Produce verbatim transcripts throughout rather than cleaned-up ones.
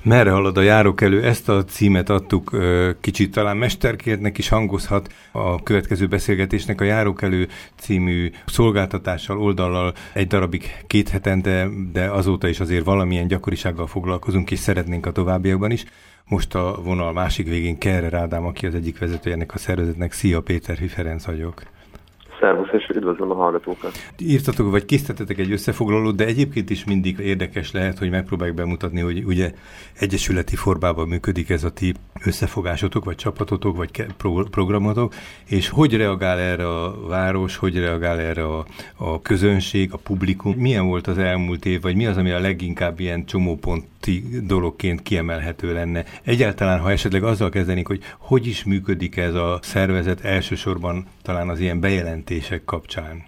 Merre halad a járókelő? Ezt a címet adtuk, kicsit talán mesterkértnek is hangozhat a következő beszélgetésnek. A Járókelő című szolgáltatással, oldallal egy darabig két hetente, de azóta is azért valamilyen gyakorisággal foglalkozunk, és szeretnénk a továbbiakban is. Most a vonal másik végén Kerrer Ádám, aki az egyik vezetője ennek a szervezetnek. Szia, Péter Ferenc vagyok. Szervusz, és üdvözlöm a hallgatókat. Írtatok, vagy készítettetek egy összefoglalót, de egyébként is mindig érdekes lehet, hogy megpróbáljuk bemutatni, hogy ugye egyesületi formában működik ez a ti összefogásotok, vagy csapatotok, vagy programotok, és hogy reagál erre a város, hogy reagál erre a, a közönség, a publikum. Milyen volt az elmúlt év, vagy mi az, ami a leginkább ilyen csomóponti dologként kiemelhető lenne? Egyáltalán, ha esetleg azzal kezdenénk, hogy hogy is működik ez a szervezet elsősorban talán az ilyen bejelentések kapcsán.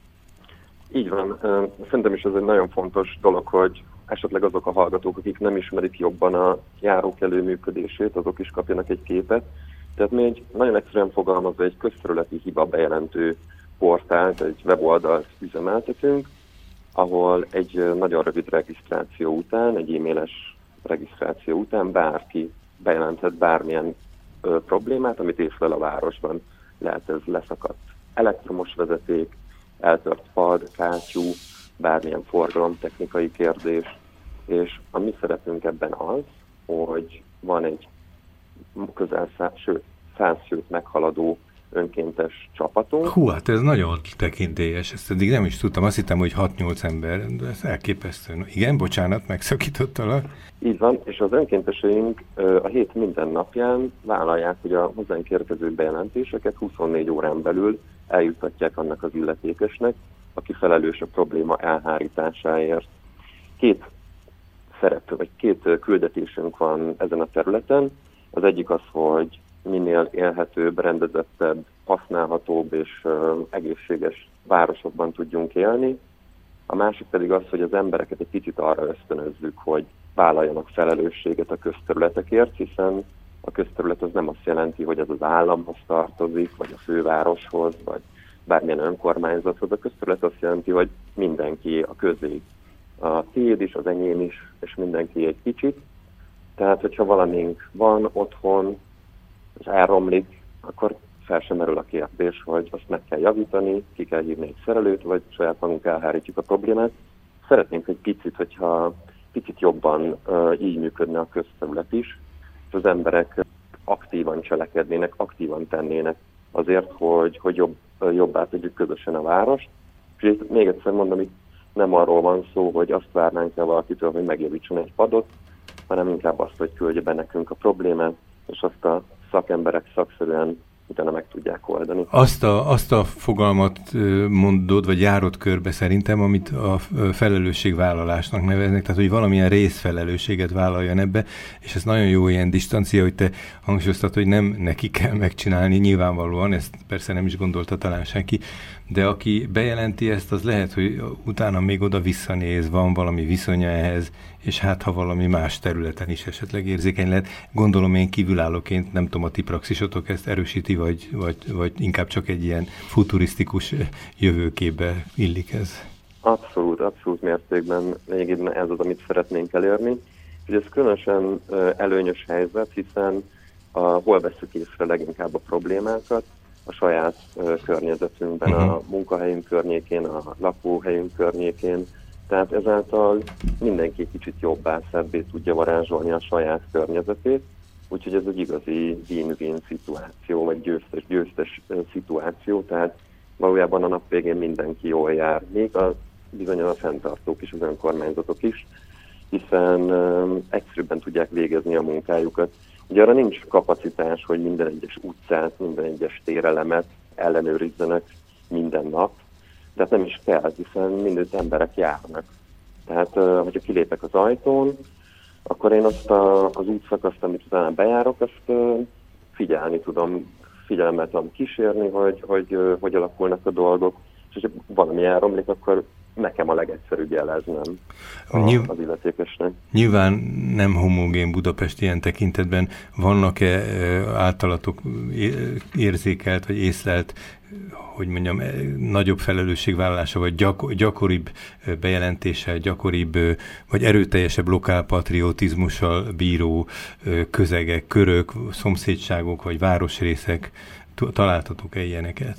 Így van. Szerintem is ez egy nagyon fontos dolog, hogy esetleg azok a hallgatók, akik nem ismerik jobban a járókelő működését, azok is kapjanak egy képet. Tehát mi egy nagyon egyszerűen fogalmazva egy közterületi hiba bejelentő portált, egy weboldalt üzemeltetünk, ahol egy nagyon rövid regisztráció után, egy e-mailes regisztráció után bárki bejelenthet bármilyen ö, problémát, amit észlel a városban. Lehet ez leszakadt elektromos vezeték, eltört pad, kátyú, bármilyen forgalomtechnikai kérdés, és a mi szerepünk ebben az, hogy van egy közel száz, sőt, száz sőt meghaladó önkéntes csapatunk. Hú, hát ez nagyon tekintélyes, ezt eddig nem is tudtam, azt hittem, hogy hat-nyolc ember, de ez elképesztő. Igen, bocsánat, megszakítottalak. Így van, és az önkénteseink a hét minden napján vállalják, hogy a hozzánk érkező bejelentéseket huszonnégy órán belül eljuttatják annak az illetékesnek, aki felelős a probléma elhárításáért. Két szerep, vagy két küldetésünk van ezen a területen. Az egyik az, hogy minél élhetőbb, rendezettebb, használhatóbb és uh, egészséges városokban tudjunk élni. A másik pedig az, hogy az embereket egy kicsit arra ösztönözzük, hogy vállaljanak felelősséget a közterületekért, hiszen a közterület az nem azt jelenti, hogy ez az államhoz tartozik, vagy a fővároshoz, vagy bármilyen önkormányzathoz. A közterület azt jelenti, hogy mindenki a közé. A tiéd is, az enyém is, és mindenki egy kicsit. Tehát, hogyha valamink van otthon, és elromlik, akkor fel sem merül a kérdés, hogy azt meg kell javítani, ki kell hívni egy szerelőt, vagy saját magunk elhárítjuk a problémát. Szeretnénk egy picit, hogyha picit jobban uh, így működne a közterület is, és az emberek aktívan cselekednének, aktívan tennének azért, hogy, hogy jobb, jobbá tegyük közösen a várost. És itt még egyszer mondom, itt nem arról van szó, hogy azt várnánk el valakitől, hogy megjavítson egy padot, hanem inkább azt, hogy küldje be nekünk a problémát, és azt a szakemberek szakszerűen utána meg tudják oldani. Azt a, azt a fogalmat mondod, vagy járod körbe szerintem, amit a felelősségvállalásnak neveznek, tehát hogy valamilyen részfelelősséget vállaljon ebbe, és ez nagyon jó ilyen distancia, hogy te hangsúlyoztad, hogy nem neki kell megcsinálni, nyilvánvalóan, ezt persze nem is gondolta talán senki, de aki bejelenti ezt, az lehet, hogy utána még oda visszanéz, van valami viszonya ehhez, és hát ha valami más területen is esetleg érzékeny lehet. Gondolom én kívülállóként, nem tudom, a ti praxisotok ezt erősíti, vagy, vagy, vagy inkább csak egy ilyen futurisztikus jövőképbe illik ez? Abszolút, abszolút mértékben lényegében ez az, amit szeretnénk elérni. És ez különösen előnyös helyzet, hiszen a, hol veszük észre leginkább a problémákat, a saját uh, környezetünkben, uh-huh. a munkahelyünk környékén, a lakóhelyünk környékén. Tehát ezáltal mindenki kicsit jobbá, szebbé tudja varázsolni a saját környezetét, úgyhogy ez egy igazi win-win szituáció, vagy győztes-győztes szituáció, tehát valójában a nap végén mindenki jól jár, még a, bizonyan a fenntartók is, az önkormányzatok is, hiszen um, egyszerűbben tudják végezni a munkájukat. Ugye arra nincs kapacitás, hogy minden egyes utcát, minden egyes térelemet ellenőrizzenek minden nap, de hát nem is kell, hiszen mindent emberek járnak. Tehát, hogyha kilépek az ajtón, akkor én azt a, az útszakaszt, amit utána bejárok, azt figyelni tudom, figyelemmel tudom kísérni, hogy, hogy hogy alakulnak a dolgok, és ha valami elromlik, akkor nekem a legegyszerűbb jeleznem a, Nyilv... az illetékesnek. Nyilván nem homogén Budapest ilyen tekintetben. Vannak-e általatok érzékelt vagy észlelt, hogy mondjam, nagyobb felelősségvállalása, vagy gyakor, gyakoribb bejelentéssel, gyakoribb, vagy erőteljesebb lokálpatriotizmussal bíró közegek, körök, szomszédságok, vagy városrészek? Találtatok-e ilyeneket?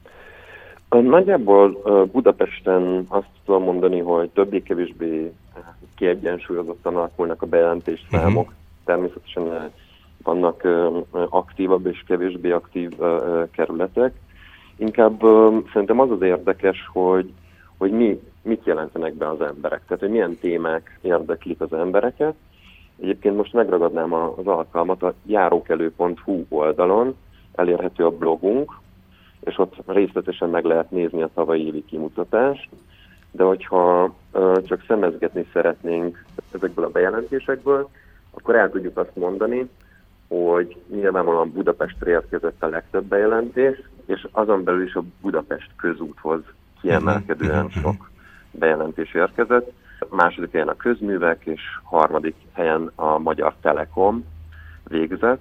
Nagyjából Budapesten azt tudom mondani, hogy többé-kevésbé kiegyensúlyozottan alakulnak a bejelentés számok. Uh-huh. Természetesen vannak aktívabb és kevésbé aktív kerületek. Inkább szerintem az az érdekes, hogy, hogy mi, mit jelentenek be az emberek, tehát hogy milyen témák érdeklik az embereket. Egyébként most megragadnám az alkalmat, a járókelő pont hu oldalon elérhető a blogunk, és ott részletesen meg lehet nézni a tavalyi évi kimutatást, de hogyha ö, csak szemezgetni szeretnénk ezekből a bejelentésekből, akkor el tudjuk azt mondani, hogy nyilvánvalóan Budapestre érkezett a legtöbb bejelentés, és azon belül is a Budapest közúthoz kiemelkedően sok bejelentés érkezett. Második helyen a közművek, és harmadik helyen a Magyar Telekom végzett,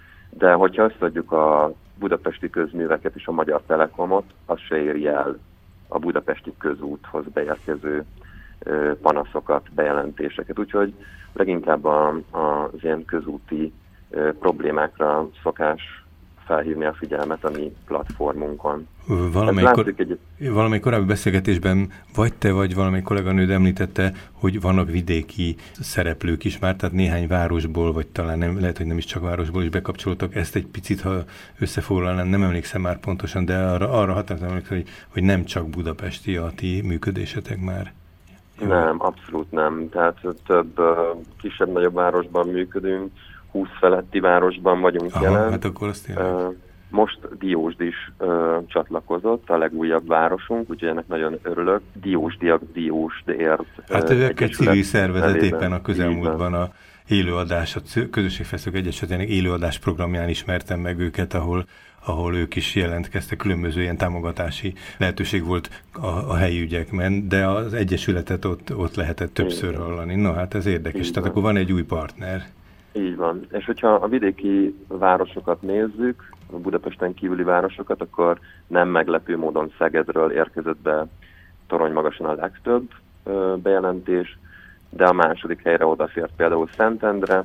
de hogyha összeadjuk a budapesti közműveket és a Magyar Telekomot, az se éri el a budapesti közúthoz beérkező panaszokat, bejelentéseket. Úgyhogy leginkább a, a, az ilyen közúti problémákra szokás felhívni a figyelmet a mi platformunkon. Valamelyik, kor, egy... valamelyik korábbi beszélgetésben vagy te, vagy valamelyik kolléganőd említette, hogy vannak vidéki szereplők is már, tehát néhány városból, vagy talán nem, lehet, hogy nem is csak városból is bekapcsoltak. Ezt egy picit, ha összefoglalnám, nem emlékszem már pontosan, de arra, arra határozottan emlékszem, hogy, hogy nem csak budapesti a ti működésetek már. Jó. Nem, abszolút nem. Tehát több kisebb-nagyobb városban működünk, húsz feletti városban vagyunk Aha, jelen. Hát akkor azt uh, most Diósd is uh, csatlakozott, a legújabb városunk, úgyhogy ennek nagyon örülök. Diósdiak Diósdért. Hát uh, ők egy civil szervezet éppen a közelmúltban a élőadás, a Közösségfejlesztők Egyesületének élőadás programján ismertem meg őket, ahol ahol ők is jelentkeztek, különböző ilyen támogatási lehetőség volt a, a helyi ügyekben, de az Egyesületet ott, ott lehetett többször hallani. Na hát ez érdekes, így tehát van. Akkor van egy új partner. Így van. És hogyha a vidéki városokat nézzük, a Budapesten kívüli városokat, akkor nem meglepő módon Szegedről érkezett be toronymagasan a legtöbb ö, bejelentés, de a második helyre odafért például Szentendre,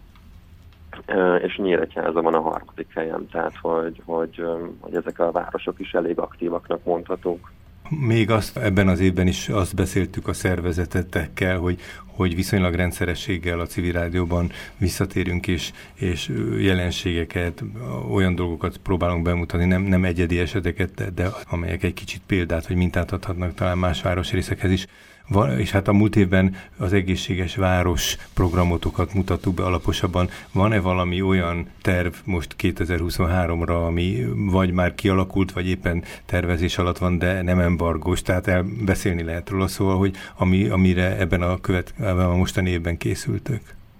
ö, és Nyíregyháza van a harmadik helyen, tehát hogy, hogy, ö, hogy ezek a városok is elég aktívaknak mondhatók. Még azt ebben az évben is azt beszéltük a szervezetetekkel, hogy, hogy viszonylag rendszerességgel a civil rádióban visszatérünk, és, és jelenségeket, olyan dolgokat próbálunk bemutatni, nem, nem egyedi eseteket, de, de amelyek egy kicsit példát vagy mintát adhatnak talán más városrészekhez is. Van, és hát a múlt évben az egészséges város programotokat mutattuk be alaposabban. Van-e valami olyan terv most kétezer-huszonháromra, ami vagy már kialakult, vagy éppen tervezés alatt van, de nem embargós, tehát elbeszélni lehet róla, szóval, hogy ami, amire ebben a, követ, ebben a mostani évben készültök?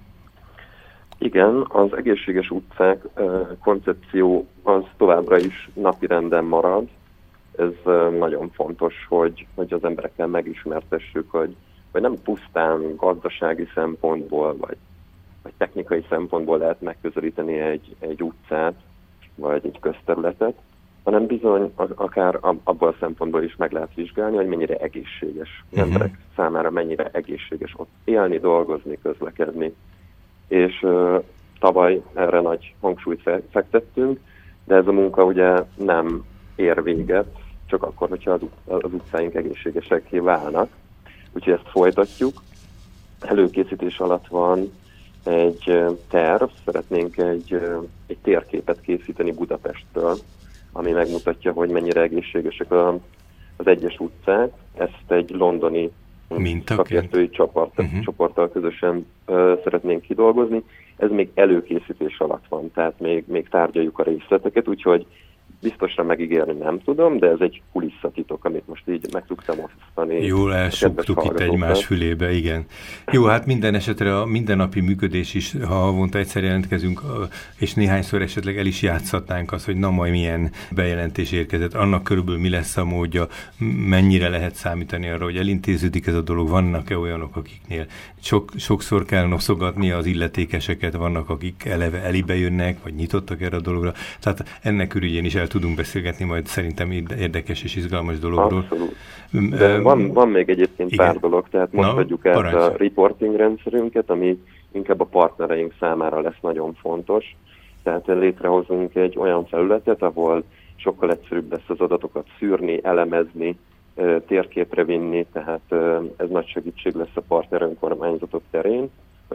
Igen, az egészséges utcák koncepció az továbbra is napirenden marad. Ez nagyon fontos, hogy, hogy az emberekkel megismertessük, hogy, hogy nem pusztán gazdasági szempontból, vagy, vagy technikai szempontból lehet megközelíteni egy, egy utcát, vagy egy közterületet, hanem bizony akár abból a szempontból is meg lehet vizsgálni, hogy mennyire egészséges az uh-huh. emberek számára, mennyire egészséges ott élni, dolgozni, közlekedni. És uh, tavaly erre nagy hangsúlyt fektettünk, de ez a munka ugye nem ér véget, csak akkor, hogyha az, az utcáink egészségesekké válnak. Úgyhogy ezt folytatjuk. Előkészítés alatt van egy terv, szeretnénk egy, egy térképet készíteni Budapestről, ami megmutatja, hogy mennyire egészségesek a, az egyes utcák. Ezt egy londoni szakértői csoport, uh-huh. csoporttal közösen uh, szeretnénk kidolgozni. Ez még előkészítés alatt van, tehát még, még tárgyaljuk a részleteket, úgyhogy biztosra megígérni nem tudom, de ez egy kulisszatitok, amit most így meg tudtam osztani. Jól elsuktuk itt egymás fülébe, igen. Jó, hát minden esetre a mindennapi működés is, ha havonta egyszer jelentkezünk, és néhányszor esetleg el is játszhatnánk azt, hogy na majd milyen bejelentés érkezett, annak körülbelül mi lesz a módja, mennyire lehet számítani arra, hogy elintéződik ez a dolog, vannak-e olyanok, akiknél sok, sokszor kell noszogatni az illetékeseket, vannak, akik eleve elibe jönnek, vagy nyitottak erre a dologra. Tehát ennek ürügyén is el tudunk beszélgetni, majd szerintem érdekes és izgalmas dologról. Abszolút. De van, van még egyébként igen. pár dolog, tehát most Na, adjuk át parancs. a reporting rendszerünket, ami inkább a partnereink számára lesz nagyon fontos. Tehát létrehozunk egy olyan felületet, ahol sokkal egyszerűbb lesz az adatokat szűrni, elemezni, térképre vinni, tehát ez nagy segítség lesz a partner önkormányzatok terén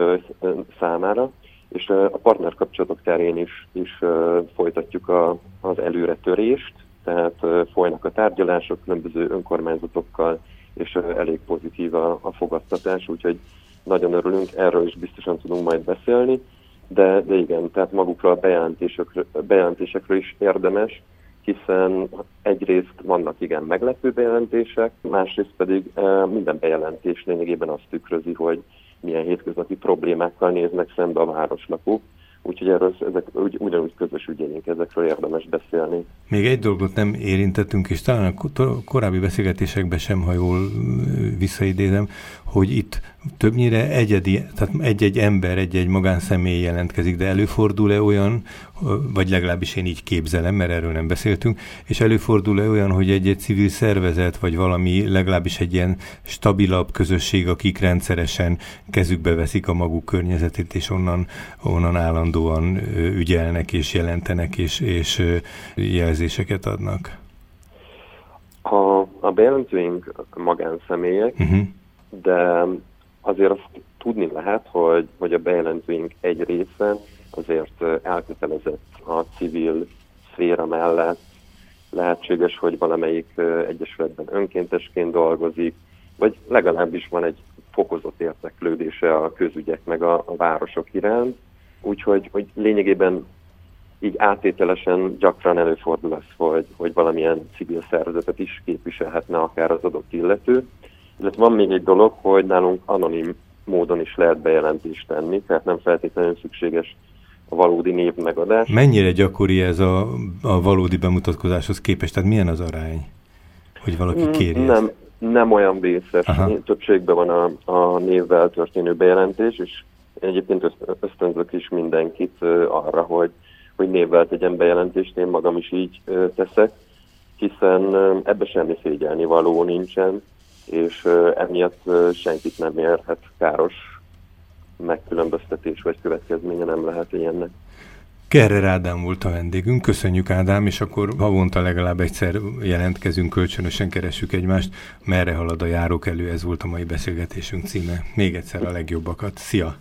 számára. És a partnerkapcsolatok terén is, is folytatjuk a, az előretörést, tehát folynak a tárgyalások különböző önkormányzatokkal, és elég pozitív a, a fogadtatás, úgyhogy nagyon örülünk, erről is biztosan tudunk majd beszélni, de, de igen, tehát magukról a bejelentésekről, bejelentésekről is érdemes, hiszen egyrészt vannak igen meglepő bejelentések, másrészt pedig minden bejelentés lényegében azt tükrözi, hogy milyen hétköznapi problémákkal néznek szembe a városlakók. Úgyhogy erről ezek ugy, ugyanúgy közös ügyeink, ezekről érdemes beszélni. Még egy dolgot nem érintettünk, és talán a korábbi beszélgetésekben sem, ha jól visszaidézem, hogy itt többnyire egyedi, tehát egy-egy ember, egy-egy magánszemély jelentkezik, de előfordul-e olyan, vagy legalábbis én így képzelem, mert erről nem beszéltünk, és előfordul-e olyan, hogy egy-egy civil szervezet, vagy valami legalábbis egy ilyen stabilabb közösség, akik rendszeresen kezükbe veszik a maguk környezetét, és onnan, onnan állandóan ügyelnek, és jelentenek, és, és jelzéseket adnak? A, a bejelentőink magánszemélyek, uh-huh. de azért azt tudni lehet, hogy, hogy a bejelentőink egy része azért elkötelezett a civil szféra mellett. Lehetséges, hogy valamelyik egyesületben önkéntesként dolgozik, vagy legalábbis van egy fokozott érdeklődése a közügyek meg a, a városok iránt. Úgyhogy hogy lényegében így áttételesen gyakran előfordul az, hogy, hogy valamilyen civil szervezetet is képviselhetne akár az adott illető. Illetve van még egy dolog, hogy nálunk anonim módon is lehet bejelentést tenni, tehát nem feltétlenül szükséges a valódi név megadás. Mennyire gyakori ez a, a valódi bemutatkozáshoz képest? Tehát milyen az arány, hogy valaki kéri nem, ezt? Nem olyan vészes. Aha. Többségben van a, a névvel történő bejelentés, és egyébként ösztönzök is mindenkit arra, hogy, hogy névvel tegyen bejelentést, én magam is így teszek, hiszen ebbe semmi szégyelni való nincsen, és emiatt senkit nem érhet káros megkülönböztetés vagy következménye nem lehet ilyennek. Kerrer Ádám volt a vendégünk, köszönjük Ádám, és akkor havonta legalább egyszer jelentkezünk, kölcsönösen keressük egymást. Merre halad a járókelő, ez volt a mai beszélgetésünk címe. Még egyszer a legjobbakat. Szia!